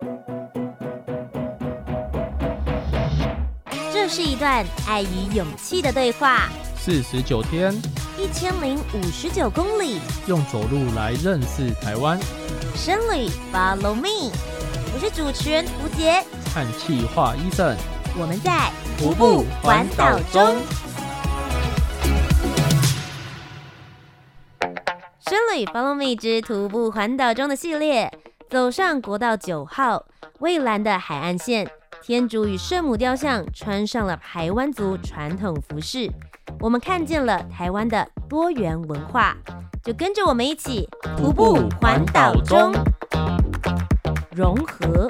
这是一段爱与勇气的对话。 49天 1059公里， 用走路来认识台湾。 深旅 Follow Me， 我是主持人吴杰， 和企划医生， 我们在徒步环岛中。深旅 Follow Me 之徒步环岛中的系列，走上国道9号蔚蓝的海岸线，天竺与圣母雕像穿上了排湾族传统服饰，我们看见了台湾的多元文化，就跟着我们一起徒步环岛中，融合。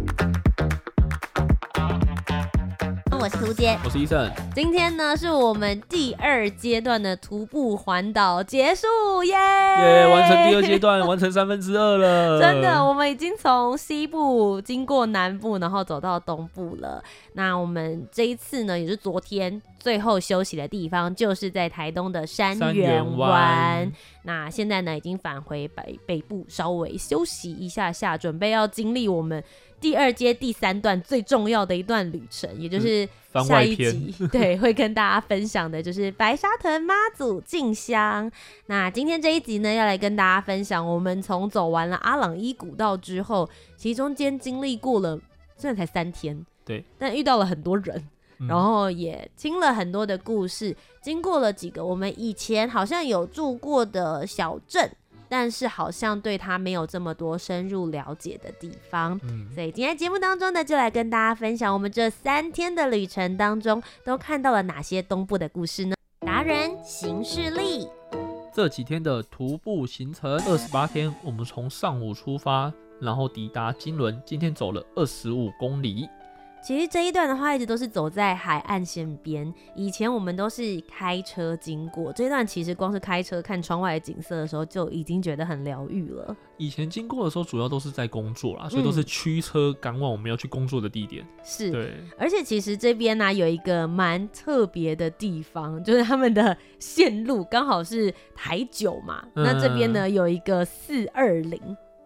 我是涂杰， 我是医生。 今天呢是我们第2阶段的徒步环岛结束，耶！ 完成第2阶段，完成2/3了。 真的，我们已经从西部经过南部，然后走到东部了。那我们这一次呢，也是昨天最后休息的地方，就是在台东的山园湾。那现在呢，已经返回北部，稍微休息一下下，准备要经历我们第2阶第3段最重要的一段旅程，也就是下一集对会跟大家分享的，就是白沙屯妈祖进香。那今天这一集呢，要来跟大家分享，我们从走完了阿朗伊古道之后，其实中间经历过了，虽然才3天， 对， 但遇到了很多人。然后也听了很多的故事，经过了几个我们以前好像有住过的小镇，但是好像对它没有这么多深入了解的地方。所以今天节目当中呢，就来跟大家分享我们这3天的旅程当中都看到了哪些东部的故事呢？达人行事历， 这几天的徒步行程28天，我们从上午出发，然后抵达金轮，今天走了25公里。 其实这一段的话，一直都是走在海岸线边。以前我们都是开车经过这一段，其实光是开车看窗外的景色的时候，就已经觉得很疗愈了。 以前经过的时候，主要都是在工作啦，所以都是驱车赶往我们要去工作的地点。 是， 对。 而且其实这边呢，有一个蛮特别的地方，就是他们的线路刚好是台9嘛，那这边呢有一个420。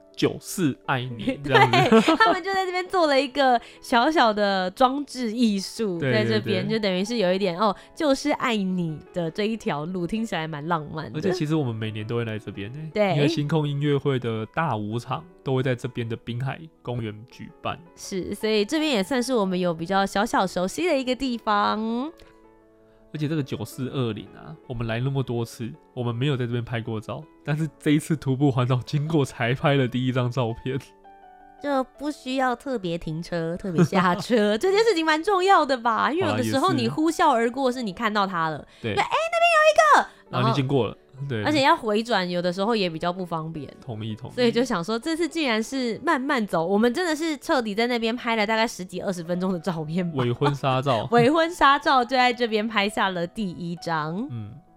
94爱你， 对，他们就在这边做了一个小小的装置艺术，在这边就等于是有一点就是爱你的这一条路，听起来蛮浪漫的。 而且其实我们每年都会来这边， 对， 因为星空音乐会的大舞场都会在这边的滨海公园举办， 是，所以这边也算是我们有比较小小熟悉的一个地方。 而且这个9420啊，我们来那么多次，我们没有在这边拍过照，但是这一次徒步环岛经过才拍了第1张照片， 就不需要特别停车、特别下车，这件事情蛮重要的吧？因为有的时候你呼啸而过，是你看到它了，对，那边有一个， 然后你经过了。对， 而且要回转，有的时候也比较不方便。 同意。 所以就想说，这次既然是慢慢走，我们真的是彻底在那边拍了大概10几20分钟的照片吧。 伪婚纱照， 伪婚纱照就在这边拍下了第1张。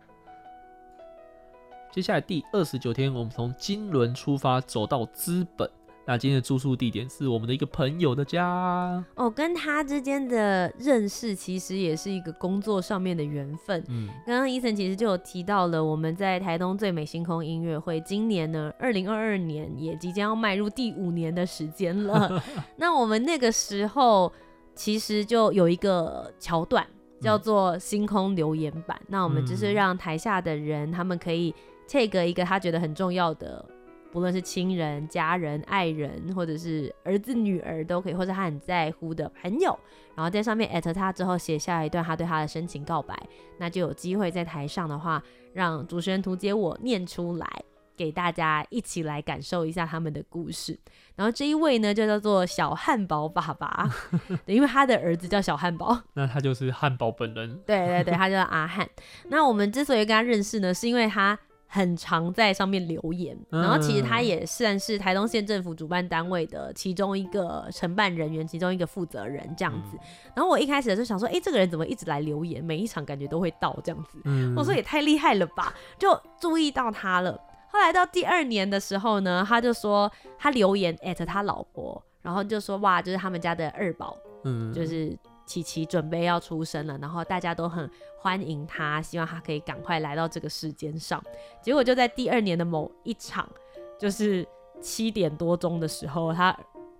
接下来第29天，我们从金轮出发，走到资本。那今天的住宿地点是我们的一个朋友的家。 跟他之间的认识其实也是一个工作上面的缘分。刚刚伊森其实就有提到了，我们在台东最美星空音乐会，今年呢2022年也即将要迈入第5年的时间了。那我们那个时候其实就有一个桥段叫做星空留言板，那我们就是让台下的人他们可以 take 一个他觉得很重要的，不论是亲人、家人、爱人，或者是儿子、女儿都可以，或者他很在乎的朋友，然后在上面 at 他之后写下一段他对他的深情告白，那就有机会在台上的话，让主持人涂杰我念出来，给大家一起来感受一下他们的故事。然后这一位呢，就叫做小汉堡爸爸，对，因为他的儿子叫小汉堡， 那他就是汉堡本人。 对，他叫阿汉。那我们之所以跟他认识呢，是因为他很常在上面留言，然后其实他也算是台东县政府主办单位的其中一个承办人员，其中一个负责人这样子。然后我一开始就想说，这个人怎么一直来留言，每一场感觉都会到这样子。我说也太厉害了吧，就注意到他了。后来到第2年的时候呢，他就说他留言 at 他老婆，然后就说哇，就是他们家的2宝，就是琪琪准备要出生了，然后大家都很欢迎他，希望他可以赶快来到这个世间上。结果就在第2年的某一场，就是7点多钟的时候，他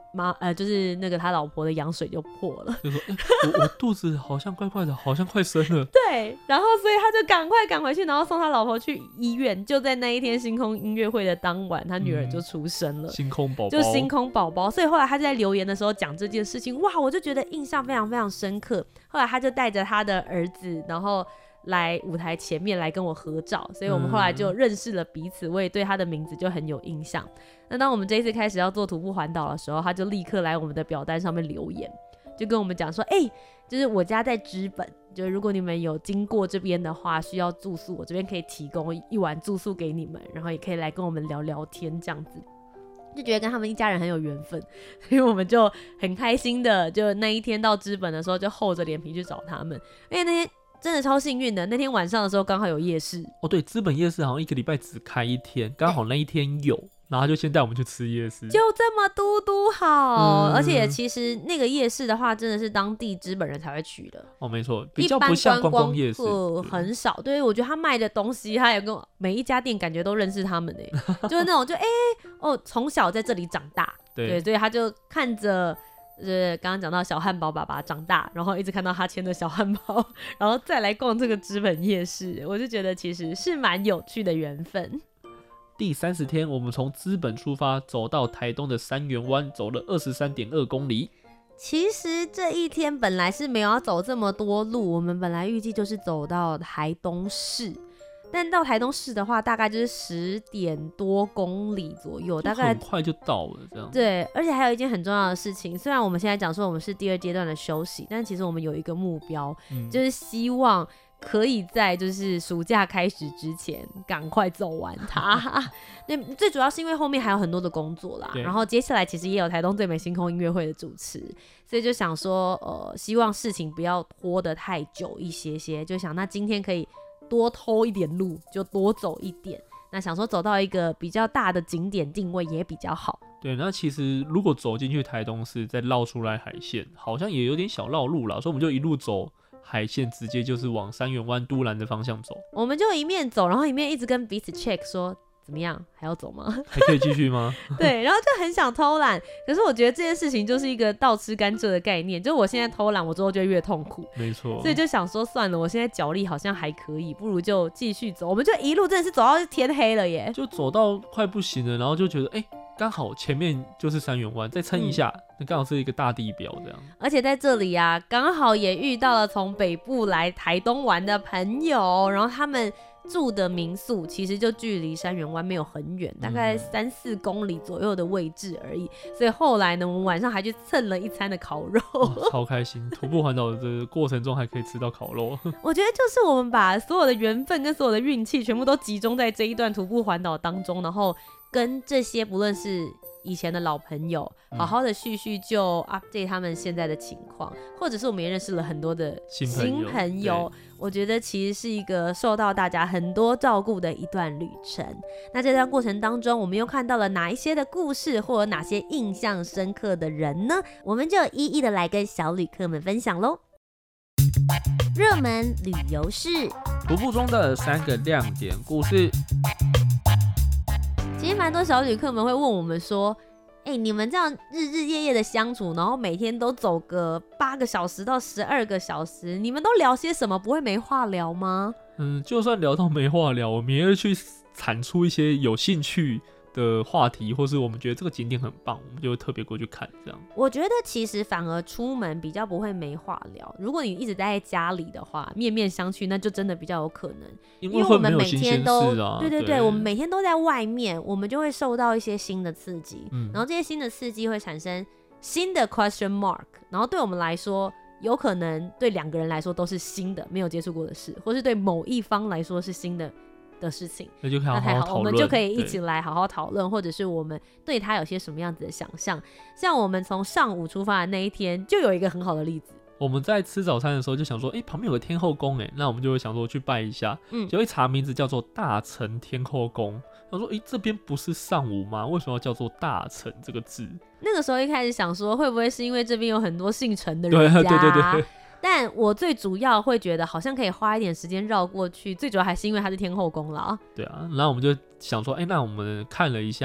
就是那个他老婆的羊水就破了， 就说我肚子好像怪怪的，好像快生了。 对，然后所以他就赶快赶回去，然后送他老婆去医院。就在那一天星空音乐会的当晚，他女儿就出生了， 星空宝宝， 就星空宝宝。所以后来他在留言的时候讲这件事情，哇，我就觉得印象非常非常深刻。后来他就带着他的儿子，然后来舞台前面来跟我合照，所以我们后来就认识了彼此，我也对他的名字就很有印象。那当我们这一次开始要做徒步环岛的时候，他就立刻来我们的表单上面留言，就跟我们讲说，就是我家在知本，就是如果你们有经过这边的话，需要住宿，我这边可以提供一晚住宿给你们，然后也可以来跟我们聊聊天这样子。就觉得跟他们一家人很有缘分，所以我们就很开心的，就那一天到知本的时候就厚着脸皮去找他们，因为那天真的超幸运的，那天晚上的时候刚好有夜市。 对，知本夜市好像一个礼拜只开一天，刚好那一天有，然后他就先带我们去吃夜市， 就这么嘟好。而且其实那个夜市的话，真的是当地知本人才会去的。 没错，比较不像观光夜市， 很少。对，我觉得他卖的东西，他也跟每一家店感觉都认识他们就是那种从小在这里长大，对，所以他就看着。刚刚讲到小汉堡爸爸长大，然后一直看到他牵的小汉堡，然后再来逛这个知本夜市，我就觉得其实是蛮有趣的缘分。 第30天，我们从知本出发，走到台东的三元湾，走了23.2公里。 其实这一天本来是没有要走这么多路，我们本来预计就是走到台东市。但到台东市的话，大概就是10点多公里左右，大概很快就到了这样。 对，而且还有一件很重要的事情，虽然我们现在讲说我们是第2阶段的休息，但其实我们有一个目标，就是希望可以在就是暑假开始之前赶快走完它。那最主要是因为后面还有很多的工作啦，然后接下来其实也有台东最美星空音乐会的主持，所以就想说希望事情不要拖得太久一些，就想那今天可以多偷一点路，就多走一点。那想说走到一个比较大的景点定位也比较好。 对，那其实如果走进去台东市，再绕出来海线，好像也有点小绕路啦，所以我们就一路走海线，直接就是往三元湾都兰的方向走。 我们就一面走，然后一面一直跟彼此 check 说。怎么样？还要走吗？ 还可以继续吗？ 对，然后就很想偷懒，可是我觉得这件事情就是一个倒吃甘蔗的概念，就是我现在偷懒，我之后就会越痛苦。 没错， 所以就想说算了，我现在脚力好像还可以，不如就继续走。我们就一路真的是走到天黑了耶， 就走到快不行了，然后就觉得刚好前面就是三元湾，再撑一下，那刚好是一个大地标这样。 而且在这里啊，刚好也遇到了从北部来台东玩的朋友，然后他们住的民宿其实就距离三元湾没有很远，大概3-4公里左右的位置而已。所以后来呢，我们晚上还去蹭了一餐的烤肉， 超开心。徒步环岛的过程中还可以吃到烤肉， 我觉得就是我们把所有的缘分跟所有的运气全部都集中在这一段徒步环岛当中，然后跟这些不论是以前的老朋友好好的叙就 update 他们现在的情况，或者是我们也认识了很多的新朋友，我觉得其实是一个受到大家很多照顾的一段旅程。那这段过程当中，我们又看到了哪一些的故事，或者哪些印象深刻的人呢？我们就一一的来跟小旅客们分享咯。热门旅游市， 徒步中的3个亮点故事。 其实蛮多小旅客们会问我们说，你们这样日日夜夜的相处，然后每天都走个8个小时到12个小时，你们都聊些什么？不会没话聊吗？ 就算聊到没话聊，我们也会去产出一些有兴趣的话题，或是我们觉得这个景点很棒，我们就会特别过去看这样。 我觉得其实反而出门比较不会没话聊，如果你一直待在家里的话，面面相觑，那就真的比较有可能，因为我们每天都对，我们每天都在外面，我们就会受到一些新的刺激，然后这些新的刺激会产生新的 question mark， 然后对我们来说有可能对2个人来说都是新的没有接触过的事，或是对某一方来说是新的事情， 那就可以好好讨论， 我们就可以一起来好好讨论，或者是我们对他有些什么样子的想象。像我们从上午出发的那一天，就有一个很好的例子。 我们在吃早餐的时候就想说，旁边有个天后宫，那我们就会想说去拜一下，就一查名字叫做大成天后宫。他说，这边不是上午吗？为什么要叫做大成这个字？ 那个时候一开始想说，会不会是因为这边有很多姓陈的人家？ 对。 但我最主要会觉得好像可以花一点时间绕过去，最主要还是因为它是天后宫啦。 对啊，然后我们就想说，那我们看了一下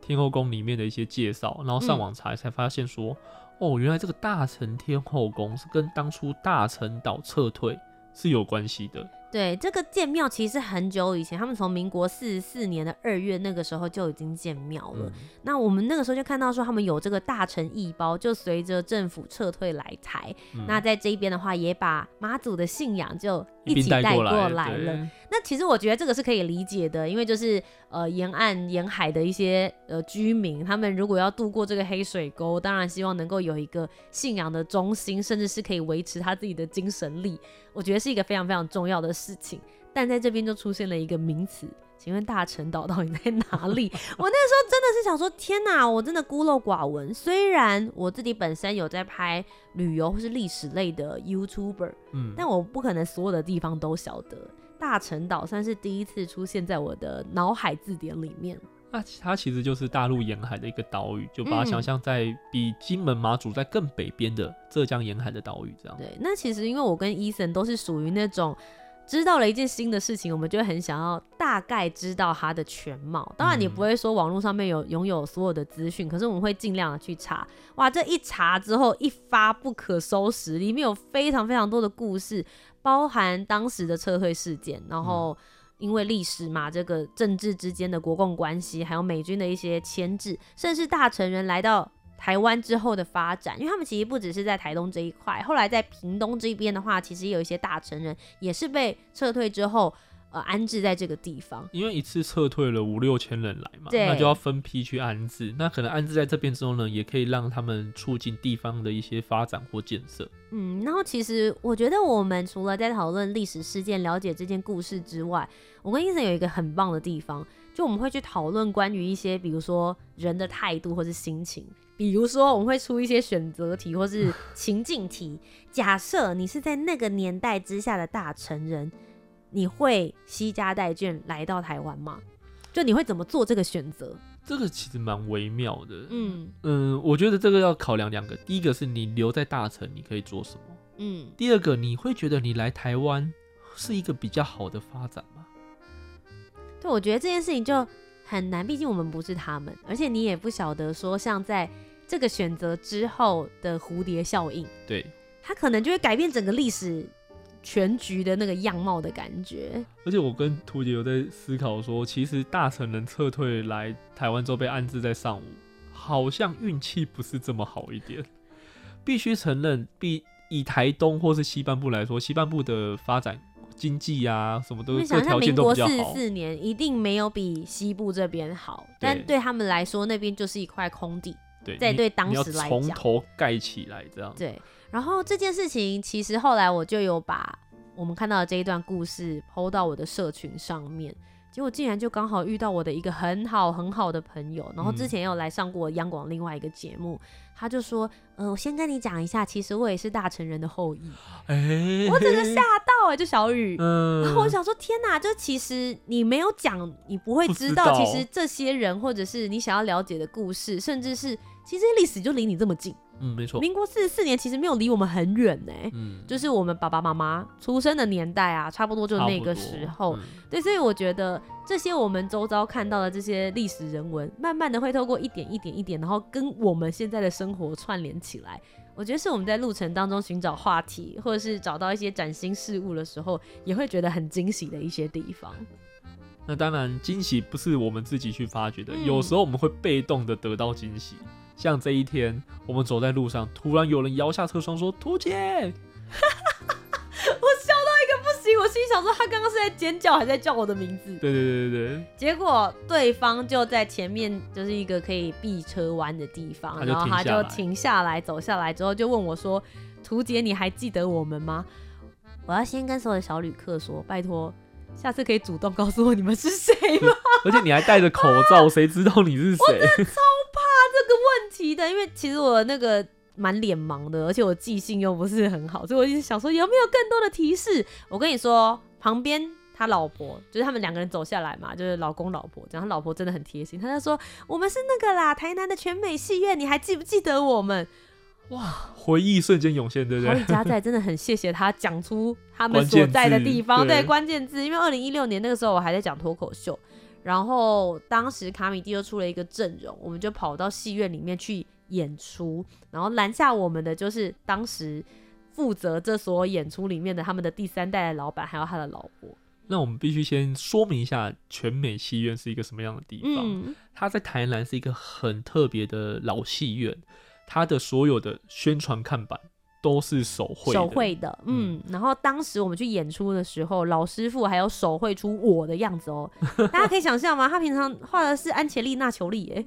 天后宫里面的一些介绍，然后上网查才发现说，原来这个大陈天后宫是跟当初大陈岛撤退是有关系的。 对，这个建庙其实很久以前，他们从民国44年的2月那个时候就已经建庙了。那我们那个时候就看到说，他们有这个大陈义胞，就随着政府撤退来台。那在这一边的话，也把妈祖的信仰就一起带过来了。那其实我觉得这个是可以理解的，因为就是沿岸沿海的一些居民，他们如果要渡过这个黑水沟，当然希望能够有一个信仰的中心，甚至是可以维持他自己的精神力。我觉得是一个非常非常重要的事情。但在这边就出现了一个名词，请问大陈岛到底在哪里？我那时候真的是想说，天哪，我真的孤陋寡闻。虽然我自己本身有在拍旅游或是历史类的 YouTuber，但我不可能所有的地方都晓得。大陈岛算是第一次出现在我的脑海字典里面。 那它其实就是大陆沿海的一个岛屿，就把它想象在比金门马祖在更北边的浙江沿海的岛屿这样。 对，那其实因为我跟 Ethan 都是属于那种知道了一件新的事情，我们就会很想要大概知道它的全貌。当然你不会说网络上面拥有所有的资讯，可是我们会尽量的去查。哇，这一查之后一发不可收拾，里面有非常非常多的故事，包含当时的撤退事件，然后因为历史嘛，这个政治之间的国共关系，还有美军的一些牵制，甚至大陈人来到台湾之后的发展，因为他们其实不只是在台东这一块，后来在屏东这边的话，其实也有一些大陈人也是被撤退之后安置在这个地方。 因为一次撤退了5、6千人来嘛，那就要分批去安置。那可能安置在这边之后呢，也可以让他们促进地方的一些发展或建设。 然后其实我觉得我们除了在讨论历史事件、了解这件故事之外，我跟Ethan有一个很棒的地方，就我们会去讨论关于一些比如说人的态度或是心情。比如说我们会出一些选择题或是情境题，假设你是在那个年代之下的大陈人，你会携家带眷来到台湾吗？就你会怎么做这个选择？ 这个其实蛮微妙的。我觉得这个要考量2个，第一个是你留在大城你可以做什么，第二个你会觉得你来台湾是一个比较好的发展吗？ 对，我觉得这件事情就很难，毕竟我们不是他们，而且你也不晓得说像在这个选择之后的蝴蝶效应， 对， 它可能就会改变整个历史全局的那个样貌的感觉。 而且我跟图姐有在思考说，其实大陈人撤退来台湾之后被安置在上武，好像运气不是这么好一点。必须承认，以台东或是西半部来说，西半部的发展经济啊什么都这条件都比较好。民国 44年一定没有比西部这边好，但对他们来说那边就是一块空地。对当时来讲， 你要从头盖起来这样。 对，然后这件事情其实后来我就有把我们看到的这一段故事 po 到我的社群上面，结果竟然就刚好遇到我的一个很好很好的朋友，然后之前也有来上过央广另外一个节目，他就说我先跟你讲一下，其实我也是大陈人的后裔。我整个吓到就小雨，然后我想说天哪，就其实你没有讲，你不会知道其实这些人或者是你想要了解的故事，甚至是其实历史就离你这么近。 没错， 民国44年其实没有离我们很远呢，就是我们爸爸妈妈出生的年代啊，差不多就那个时候。对，所以我觉得这些我们周遭看到的这些历史人文，慢慢的会透过一点一点一点，然后跟我们现在的生活串联起来。我觉得是我们在路程当中寻找话题，或者是找到一些崭新事物的时候，也会觉得很惊喜的一些地方。 那当然，惊喜不是我们自己去发掘的，有时候我们会被动的得到惊喜。像这一天，我们走在路上，突然有人摇下车窗说：“图姐！”我笑到一个不行，我心里想说他刚刚是在尖叫，还是在叫我的名字？ 对。 结果对方就在前面，就是一个可以避车弯的地方，然后他就停下来，走下来之后就问我说：“图姐，你还记得我们吗？”我要先跟所有的小旅客说，拜托，下次可以主动告诉我你们是谁吗？ 而且你还戴着口罩，谁知道你是谁？ 我真的超怕这个问题的，因为其实我那个蛮脸盲的，而且我记性又不是很好，所以我一直想说有没有更多的提示。我跟你说，旁边他老婆就是他们2个人走下来嘛，就是老公老婆这样，他老婆真的很贴心，他就说我们是那个啦，台南的全美戏院，你还记不记得我们？ 哇，回忆瞬间涌现，对不对？ 豪里家在真的很谢谢他讲出他们所在的地方，对，关键字。因为2016年那个时候我还在讲脱口秀， 然后当时卡米蒂就出了一个阵容，我们就跑到戏院里面去演出，然后拦下我们的就是当时负责这所有演出里面的他们的第3代的老板还有他的老婆。 那我们必须先说明一下全美戏院是一个什么样的地方。它在台南是一个很特别的老戏院，它的所有的宣传看板都是手绘的。 然后当时我们去演出的时候，老师傅还有手绘出我的样子哦，大家可以想象吗？他平常画的是安切丽娜裘丽耶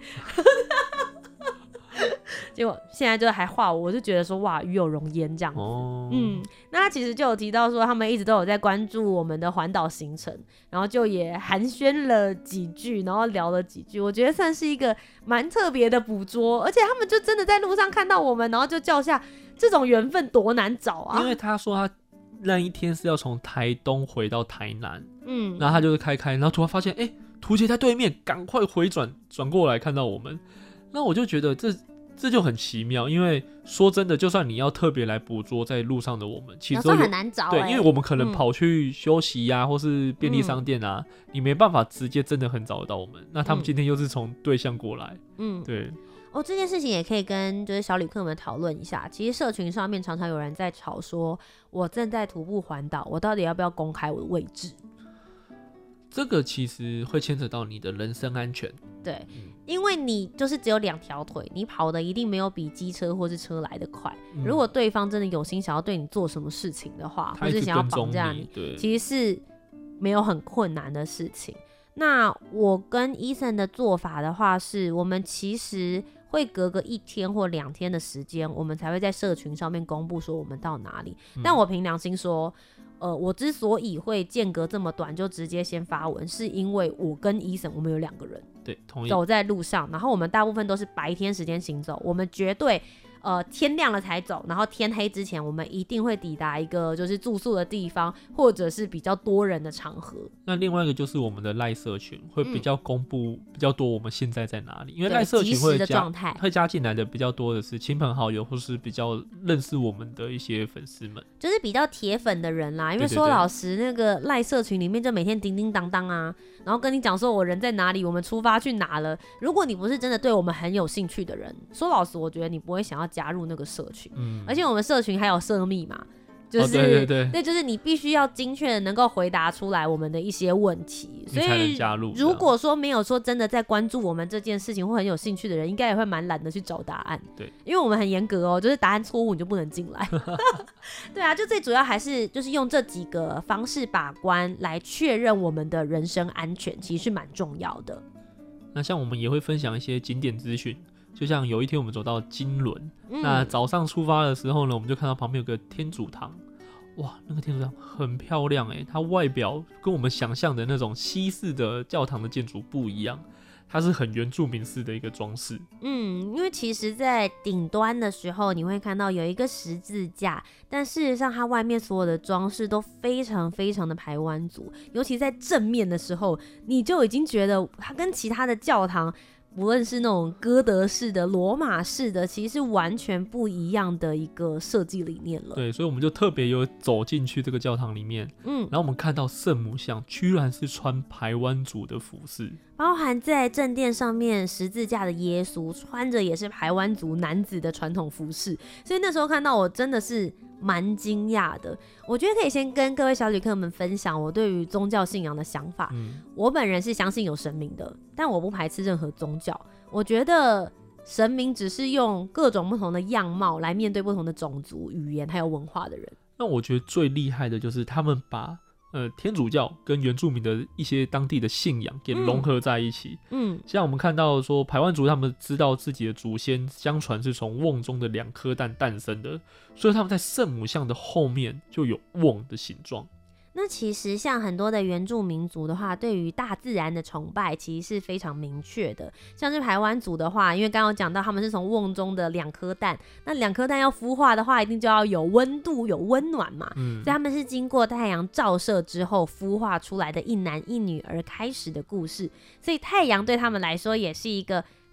结果现在就还画我就觉得说哇，与有荣焉这样子。那他其实就有提到说他们一直都有在关注我们的环岛行程，然后就也寒暄了几句，然后聊了几句，我觉得算是一个蛮特别的捕捉，而且他们就真的在路上看到我们，然后就叫下，这种缘分多难找啊。 因为他说他那一天是要从台东回到台南，然后他就是开，然后突然发现图姐在对面，赶快回转过来看到我们，那我就觉得这就很奇妙，因为说真的，就算你要特别来捕捉在路上的我们，其实很难找。 对，因为我们可能跑去休息啊，或是便利商店啊，你没办法直接真的很找得到我们。那他们今天又是从对象过来，对。 这件事情也可以跟就是小旅客们讨论一下。其实社群上面常常有人在吵说，我正在徒步环岛，我到底要不要公开我的位置？ 这个其实会牵扯到你的人身安全。 对，因为你就是只有2条腿，你跑的一定没有比机车或是车来得快。如果对方真的有心想要对你做什么事情的话，或是想要绑架你，其实是没有很困难的事情。那我跟 Ethan 的做法的话是，我们其实会隔个1天或2天的时间，我们才会在社群上面公布说我们到哪里。但我凭良心说，我之所以会间隔这么短就直接先发文，是因为我跟 Ethan 我们有2个人， 对，同意， 走在路上，然后我们大部分都是白天时间行走，我们绝对天亮了才走，然后天黑之前我们一定会抵达一个就是住宿的地方，或者是比较多人的场合。 那另外一个就是我们的赖社群会比较公布比较多我们现在在哪里，因为赖社群会加进来的比较多的是亲朋好友或是比较认识我们的一些粉丝们， 就是比较铁粉的人啦。因为说老实，那个赖社群里面就每天叮叮当当啊，然后跟你讲说我人在哪里，我们出发去哪了。如果你不是真的对我们很有兴趣的人，说老实，我觉得你不会想要加入那个社群。而且我们社群还有设密码，就是对，就是你必须要精确的能够回答出来我们的一些问题，所以如果说没有说真的在关注我们这件事情或很有兴趣的人，应该也会蛮懒得去找答案。 对， 因为我们很严格哦，就是答案错误你就不能进来。对啊，就最主要还是就是用这几个方式把关来确认我们的人身安全，其实是蛮重要的。 那像我们也会分享一些景点资讯。就像有一天我们走到金轮，那早上出发的时候呢，我们就看到旁边有个天主堂，哇，那个天主堂很漂亮它外表跟我们想象的那种西式的教堂的建筑不一样，它是很原住民式的一个装饰。 因为其实在顶端的时候你会看到有一个十字架，但事实上它外面所有的装饰都非常非常的排湾族，尤其在正面的时候你就已经觉得它跟其他的教堂无论是那种哥德式的、罗马式的，其实是完全不一样的一个设计理念了。 对，所以我们就特别有走进去这个教堂里面，然后我们看到圣母像居然是穿排湾族的服饰， 包含在正殿上面十字架的耶稣穿着也是排湾族男子的传统服饰，所以那时候看到我真的是蛮惊讶的。我觉得可以先跟各位小旅客们分享我对于宗教信仰的想法。我本人是相信有神明的，但我不排斥任何宗教。我觉得神明只是用各种不同的样貌来面对不同的种族、语言还有文化的人。 那我觉得最厉害的就是他们把天主教跟原住民的一些当地的信仰给融合在一起。像我们看到说排湾族他们知道自己的祖先相传是从瓮中的2颗蛋诞生的，所以他们在圣母像的后面就有瓮的形状。 那其实像很多的原住民族的话，对于大自然的崇拜其实是非常明确的。像是排湾族的话，因为刚刚有讲到他们是从瓮中的2颗蛋，那2颗蛋要孵化的话，一定就要有温度、有温暖嘛。所以他们是经过太阳照射之后孵化出来的一男一女而开始的故事。所以太阳对他们来说也是一个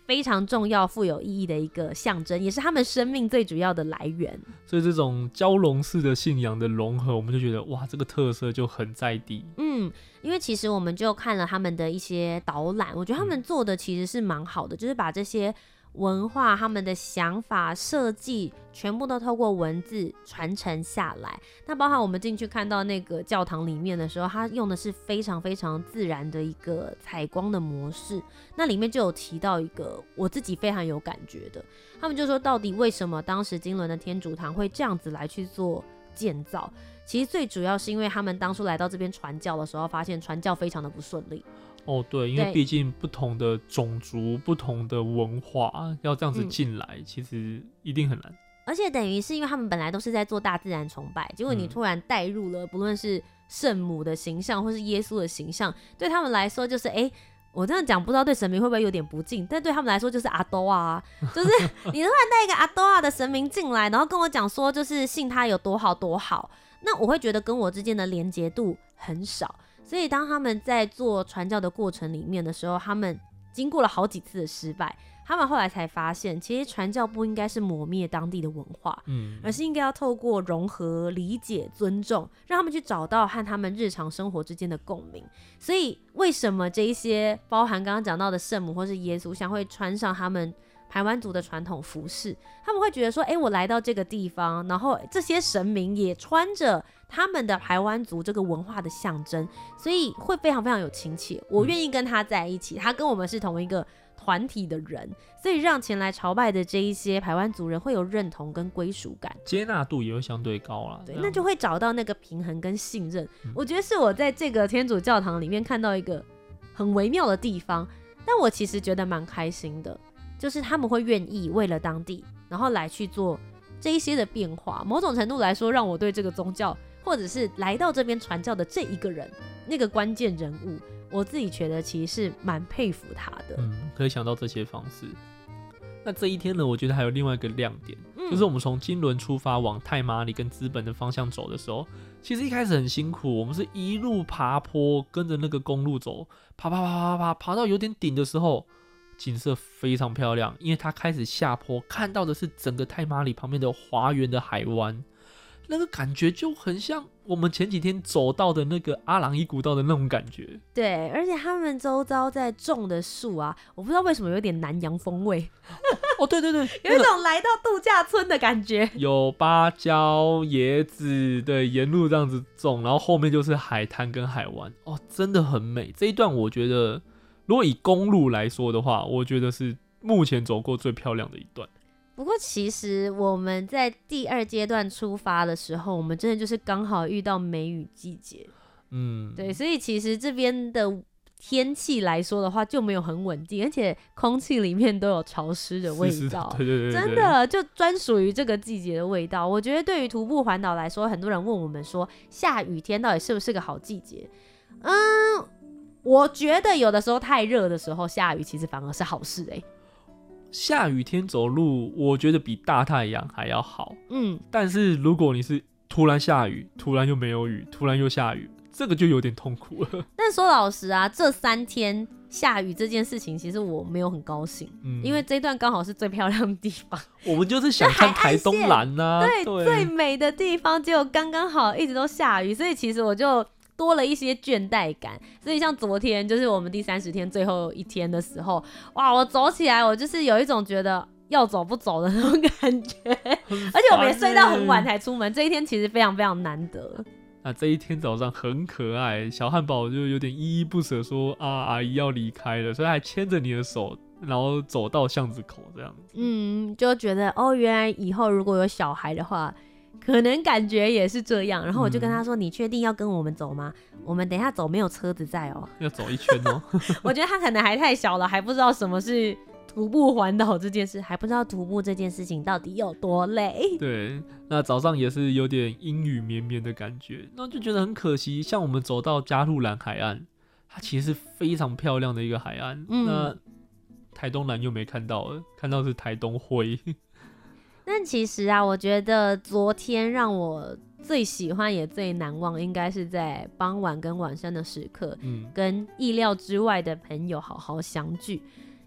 非常重要、富有意义的一个象征，也是他们生命最主要的来源。 所以这种蛟龙式的信仰的融合，我们就觉得哇，这个特色就很在地。 因为其实我们就看了他们的一些导览，我觉得他们做的其实是蛮好的，就是把这些文化、他们的想法、设计全部都透过文字传承下来。那包含我们进去看到那个教堂里面的时候，它用的是非常非常自然的一个采光的模式。那里面就有提到一个我自己非常有感觉的，他们就说到底为什么当时金轮的天主堂会这样子来去做建造？其实最主要是因为他们当初来到这边传教的时候，发现传教非常的不顺利。 对，因为毕竟不同的种族、不同的文化要这样子进来，其实一定很难。 而且等于是因为他们本来都是在做大自然崇拜，结果你突然带入了不论是圣母的形象或是耶稣的形象，对他们来说就是我这样讲不知道对神明会不会有点不敬，但对他们来说就是阿多啊，就是你突然带一个阿多啊的神明进来，然后跟我讲说就是信他有多好多好，那我会觉得跟我之间的连结度很少。所以当他们在做传教的过程里面的时候，他们经过了好几次的失败，他们后来才发现其实传教不应该是抹灭当地的文化，而是应该要透过融合、理解、尊重，让他们去找到和他们日常生活之间的共鸣。所以为什么这一些包含刚刚讲到的圣母或是耶稣像会穿上他们排湾族的传统服饰，他们会觉得说我来到这个地方，然后这些神明也穿着他们的排湾族这个文化的象征，所以会非常非常有亲切，我愿意跟他在一起，他跟我们是同一个团体的人，所以让前来朝拜的这一些排湾族人会有认同跟归属感， 接纳度也会相对高啦。 对，那就会找到那个平衡跟信任。我觉得是我在这个天主教堂里面看到一个很微妙的地方，但我其实觉得蛮开心的，就是他们会愿意为了当地然后来去做这一些的变化，某种程度来说让我对这个宗教或者是来到这边传教的这一个人那个关键人物，我自己觉得其实是蛮佩服他的。 可以想到这些方式。那这一天呢，我觉得还有另外一个亮点，就是我们从金轮出发往太麻里跟资本的方向走的时候，其实一开始很辛苦，我们是一路爬坡，跟着那个公路走，爬到有点顶的时候，景色非常漂亮，因为它开始下坡，看到的是整个太麻里旁边的花园的海湾，那个感觉就很像我们前几天走到的那个阿朗伊古道的那种感觉。 对，而且他们周遭在种的树啊，我不知道为什么有点南洋风味。 对， 有一种来到度假村的感觉。 有芭蕉、椰子，对，沿路这样子种，然后后面就是海滩跟海湾，真的很美。这一段我觉得，如果以公路来说的话，我觉得是目前走过最漂亮的一段。 不过其实我们在第二阶段出发的时候，我们真的就是刚好遇到梅雨季节。对，所以其实这边的天气来说的话就没有很稳定，而且空气里面都有潮湿的味道。 对， 真的就专属于这个季节的味道。我觉得对于徒步环岛来说，很多人问我们说下雨天到底是不是个好季节？我觉得有的时候太热的时候下雨其实反而是好事。 下雨天走路我觉得比大太阳还要好。但是如果你是突然下雨，突然又没有雨，突然又下雨，这个就有点痛苦了。 但说老实啊，这3天下雨这件事情其实我没有很高兴，因为这一段刚好是最漂亮的地方。 我们就是想看台东蓝啊， 对，最美的地方，结果刚刚好一直都下雨，所以其实我就多了一些倦怠感。所以像昨天就是我们第30天最后一天的时候，哇，我走起来我就是有一种觉得要走不走的那种感觉，而且我们也睡到很晚才出门，这一天其实非常非常难得。 那这一天早上很可爱，小汉堡就有点依依不舍说阿姨要离开了，所以还牵着你的手，然后走到巷子口这样子。 就觉得原来以后如果有小孩的话，可能感觉也是这样。然后我就跟他说，你确定要跟我们走吗？我们等一下走没有车子在要走一圈我觉得他可能还太小了，还不知道什么是徒步环岛这件事，还不知道徒步这件事情到底有多累。 对，那早上也是有点阴雨绵绵的感觉，那就觉得很可惜。像我们走到加路兰海岸，它其实是非常漂亮的一个海岸，那台东蓝又没看到了，看到是台东灰。 但其实啊，我觉得昨天让我最喜欢也最难忘，应该是在傍晚跟晚上的时刻，跟意料之外的朋友好好相聚。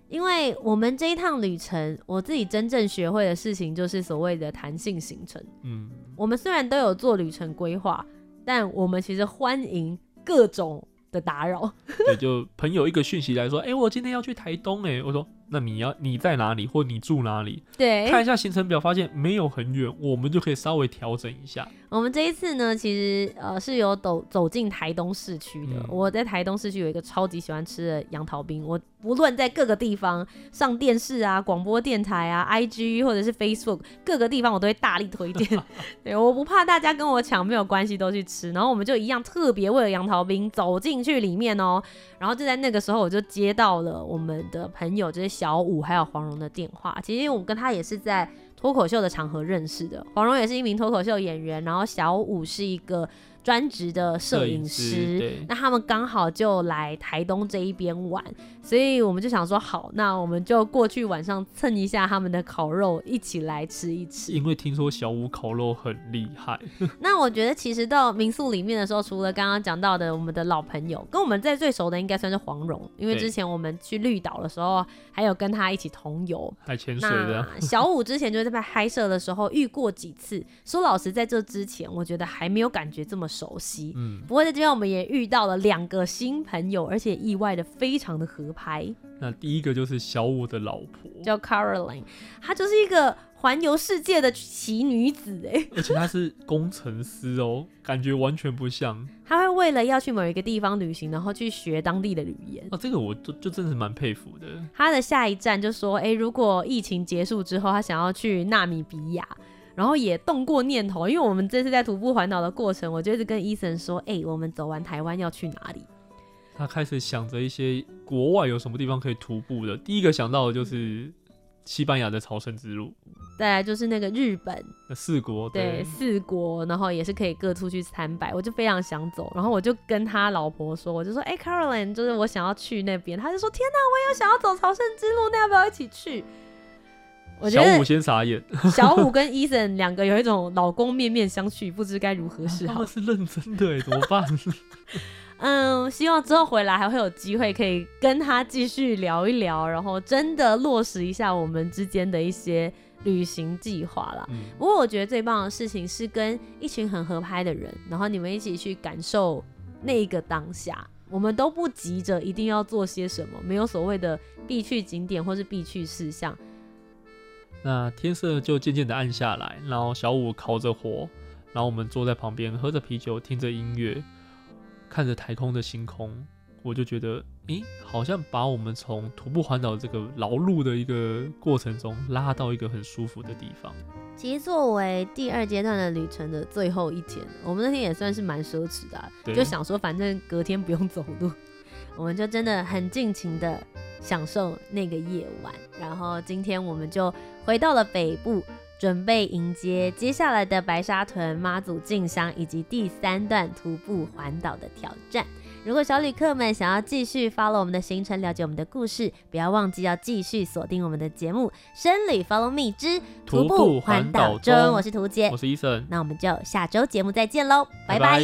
因为我们这一趟旅程，我自己真正学会的事情就是所谓的弹性行程。我们虽然都有做旅程规划，但我们其实欢迎各种的打扰。 对，就朋友一个讯息来说，我今天要去台东我说那你在哪里，或你住哪里？ 对， 看一下行程表，发现没有很远，我们就可以稍微调整一下。 我们这一次呢，其实是有走进台东市区的。我在台东市区有一个超级喜欢吃的杨桃冰，我不论在各个地方上电视啊、广播电台啊、IG 或者是 Facebook 各个地方，我都会大力推荐。对，我不怕大家跟我抢，没有关系，都去吃。然后我们就一样特别为了杨桃冰走进去里面哦。然后就在那个时候，我就接到了我们的朋友，就是小武还有黄蓉的电话。其实我跟他也是在脱口秀的场合认识的，黄蓉也是一名脱口秀演员，然后小武是一个专职的摄影师，那他们刚好就来台东这一边玩，所以我们就想说好，那我们就过去晚上蹭一下他们的烤肉，一起来吃一吃。 因为听说小武烤肉很厉害。 那我觉得其实到民宿里面的时候，除了刚刚讲到的我们的老朋友，跟我们在最熟的应该算是黄蓉，因为之前我们去绿岛的时候，还有跟他一起同游， 还潜水的。 小武之前就是在拍摄的时候遇过几次，说老实，在这之前我觉得还没有感觉这么熟悉。不过在这边我们也遇到了2个新朋友，而且意外的非常的合拍。 那第一个就是小武的老婆， 叫 Caroline， 她就是一个环游世界的奇女子而且她是工程师哦，感觉完全不像。 她会为了要去某一个地方旅行，然后去学当地的语言。 这个我就真的是蛮佩服的。 她的下一站就说，如果疫情结束之后，她想要去纳米比亚。然后也动过念头，因为我们这次在徒步环岛的过程，我就一直跟Ethan说，我们走完台湾要去哪里？ 他开始想着一些国外有什么地方可以徒步的，第一个想到的就是西班牙的朝圣之路， 再来就是那个日本的4国， 对4国，然后也是可以各处去参拜，我就非常想走，然后我就跟他老婆说，我就说Caroline， 就是我想要去那边，他就说天哪，我也想要走朝圣之路，那要不要一起去？我觉得小武先傻眼， 小武跟 Ethan 2个有一种老公面面相觑，不知该如何是好。 他们是认真的怎么办？ 希望之后回来还会有机会可以跟他继续聊一聊，然后真的落实一下我们之间的一些旅行计划啦。不过我觉得最棒的事情是跟一群很合拍的人，然后你们一起去感受那一个当下。我们都不急着一定要做些什么，没有所谓的必去景点或是必去事项。 那天色就渐渐的暗下来，然后小武烤着火，然后我们坐在旁边喝着啤酒，听着音乐，看着台空的星空，我就觉得好像把我们从徒步环岛这个劳碌的一个过程中拉到一个很舒服的地方。 其实作为第2阶段的旅程的最后一天，我们那天也算是蛮奢侈的就想说反正隔天不用走路，我们就真的很尽情的享受那个夜晚。然后今天我们就回到了北部，准备迎接接下来的白沙屯、妈祖进香以及第3段徒步环岛的挑战。如果小旅客们想要继续 follow 我们的行程，了解我们的故事，不要忘记要继续锁定我们的节目《深旅 Follow Me 之徒步环岛中》。我是图姐， 我是Ethan， 那我们就下周节目再见喽，拜拜。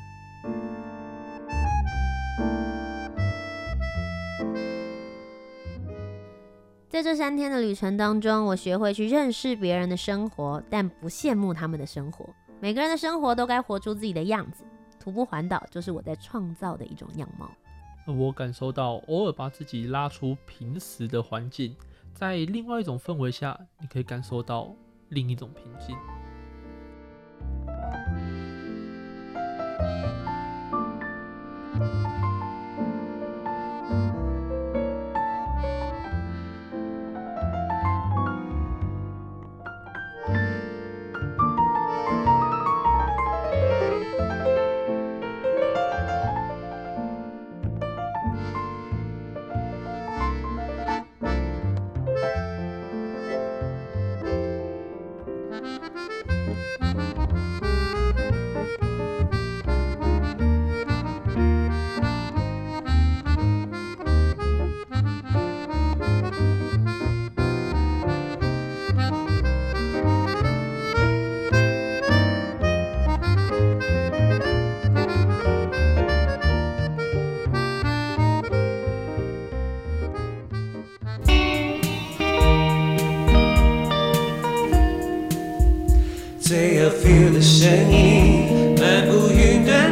在这3天的旅程当中，我学会去认识别人的生活，但不羡慕他们的生活。每个人的生活都该活出自己的样子，徒步环岛就是我在创造的一种样貌。 我感受到偶尔把自己拉出平时的环境，在另外一种氛围下，你可以感受到另一种平静。 最有 feel 的声音，漫步云端